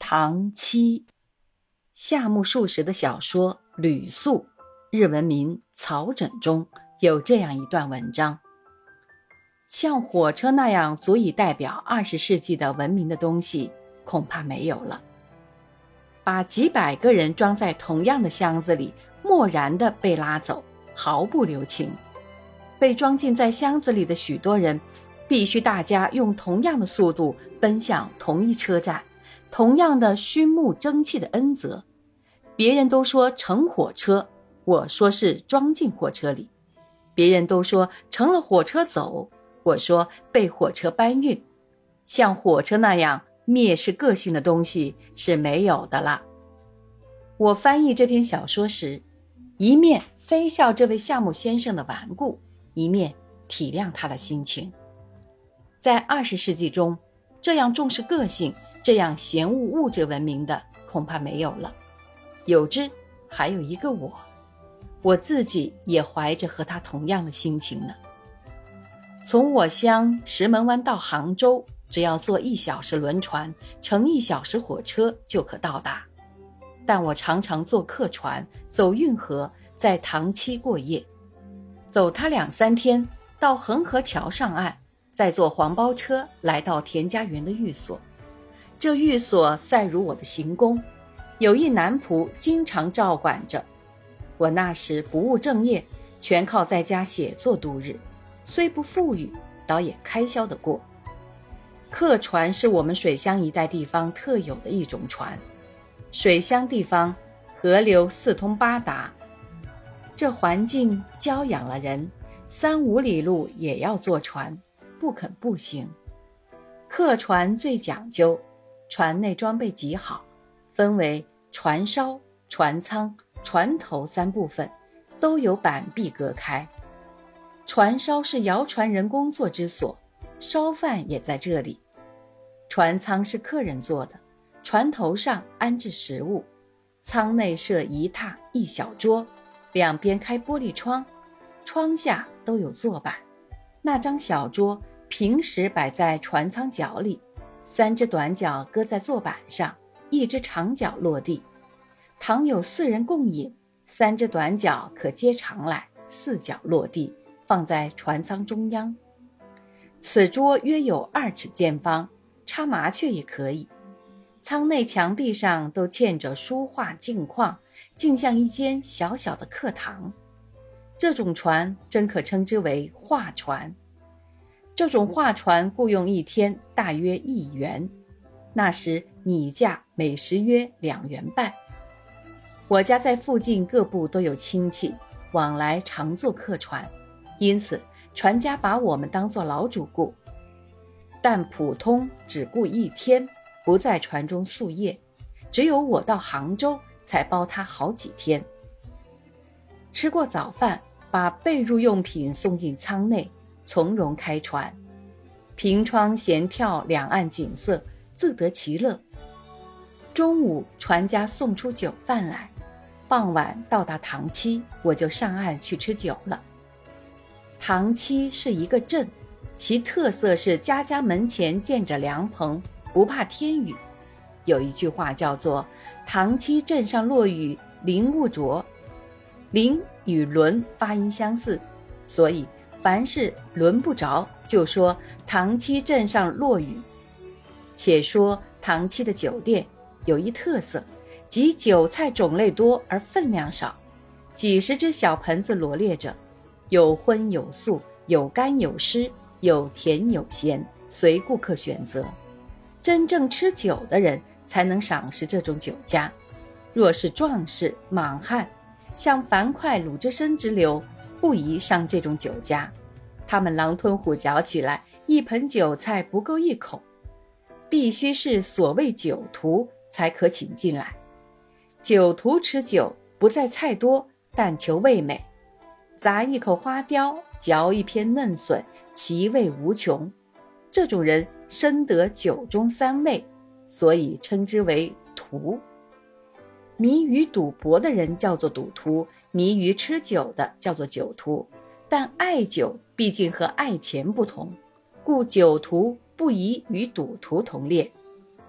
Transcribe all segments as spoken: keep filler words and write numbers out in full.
唐七，夏目漱石的小说《吕宿》日文名《草枕》中有这样一段文章：像火车那样足以代表二十世纪的文明的东西恐怕没有了。把几百个人装在同样的箱子里，漠然地被拉走，毫不留情。被装进在箱子里的许多人，必须大家用同样的速度奔向同一车站，同样的熏目蒸汽的恩泽。别人都说乘火车，我说是装进火车里；别人都说乘了火车走，我说被火车搬运。像火车那样蔑视个性的东西是没有的了。我翻译这篇小说时，一面非笑这位夏目先生的顽固，一面体谅他的心情。在二十世纪中，这样重视个性，这样嫌恶物质文明的恐怕没有了。有之，还有一个我，我自己也怀着和他同样的心情呢。从我乡石门湾到杭州，只要坐一小时轮船，乘一小时火车就可到达。但我常常坐客船，走运河，在塘七过夜，走它两三天，到恒河桥上岸，再坐黄包车来到田家园的寓所。这寓所赛如我的行宫，有一男仆经常照管着。我那时不务正业，全靠在家写作度日，虽不富裕，倒也开销得过。客船是我们水乡一带地方特有的一种船。水乡地方河流四通八达，这环境教养了人，三五里路也要坐船，不肯步行。客船最讲究，船内装备极好，分为船梢、船舱、船头三部分，都有板壁隔开。船梢是摇船人工作之所，烧饭也在这里。船舱是客人坐的，船头上安置食物，舱内设一榻一小桌，两边开玻璃窗，窗下都有坐板。那张小桌平时摆在船舱角里，三只短脚搁在坐板上，一只长脚落地。倘有四人共饮，三只短脚可接长来，四脚落地，放在船舱中央。此桌约有二尺见方，插麻雀也可以。舱内墙壁上都嵌着书画镜框，竟像一间小小的课堂。这种船真可称之为画船。这种画船雇用一天大约一元，那时米价每时约两元半。我家在附近各部都有亲戚，往来常坐客船，因此船家把我们当作老主顾，但普通只雇一天，不在船中宿夜，只有我到杭州才包他好几天。吃过早饭，把被褥用品送进舱内，从容开船。凭窗闲眺两岸景色，自得其乐。中午船家送出酒饭来，傍晚到达塘七，我就上岸去吃酒了。塘七是一个镇，其特色是家家门前建着凉棚，不怕天雨。有一句话叫做塘七镇上落雨淋勿着，淋与轮发音相似，所以凡是轮不着就说塘七镇上落雨。且说塘七的酒店有一特色，即酒菜种类多而分量少，几十只小盆子罗列着，有荤有素，有干有湿，有甜有咸，随顾客选择。真正吃酒的人才能赏识这种酒家，若是壮士莽汉，像樊哙鲁智深之流，不宜上这种酒家。他们狼吞虎嚼起来，一盆酒菜不够一口，必须是所谓酒徒才可请进来。酒徒吃酒不在菜多，但求味美，砸一口花雕，嚼一片嫩笋，其味无穷。这种人深得酒中三味，所以称之为徒。迷于赌博的人叫做赌徒，迷于吃酒的叫做酒徒。但爱酒毕竟和爱钱不同，故酒徒不宜与赌徒同列。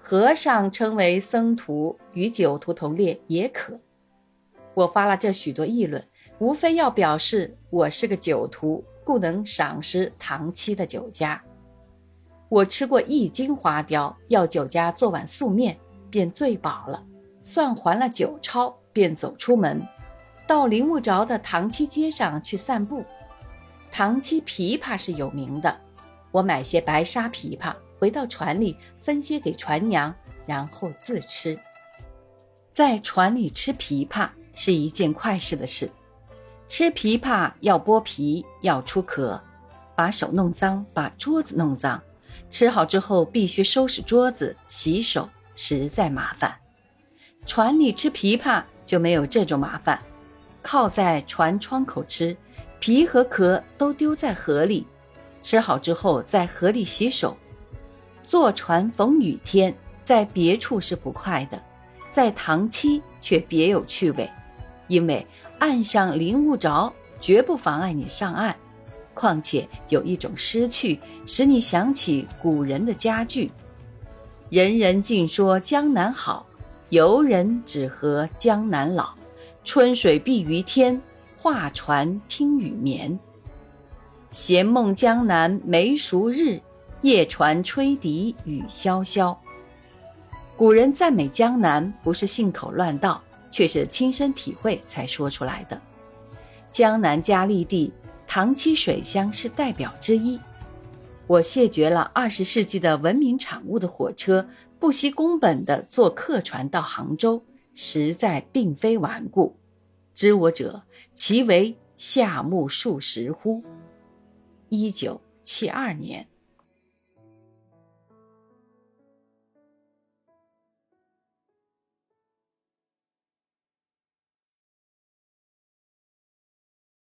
和尚称为僧徒，与酒徒同列也可。我发了这许多议论，无非要表示我是个酒徒，故能赏识唐期的酒家。我吃过一斤花雕，要酒家做碗素面，便醉饱了，算还了酒钞，便走出门，到林务着的唐期街上去散步。唐期枇杷是有名的，我买些白沙枇杷，回到船里分些给船娘，然后自吃。在船里吃枇杷是一件快事的事。吃枇杷要剥皮，要出壳，把手弄脏，把桌子弄脏。吃好之后必须收拾桌子，洗手，实在麻烦。船里吃枇杷就没有这种麻烦，靠在船窗口吃，皮和壳都丢在河里，吃好之后在河里洗手。坐船逢雨天，在别处是不快的，在唐期却别有趣味，因为岸上淋雾着，绝不妨碍你上岸，况且有一种诗趣，使你想起古人的佳句：人人尽说江南好，游人只合江南老。春水碧于天，画船听雨眠。闲梦江南没熟日，夜船吹笛雨潇潇。古人赞美江南，不是信口乱道，却是亲身体会才说出来的。江南佳丽地，唐期水乡是代表之一。我谢绝了二十世纪的文明产物的火车，不惜工本地坐客船到杭州，实在并非顽固。知我者，其为夏目漱石乎？一九七二年。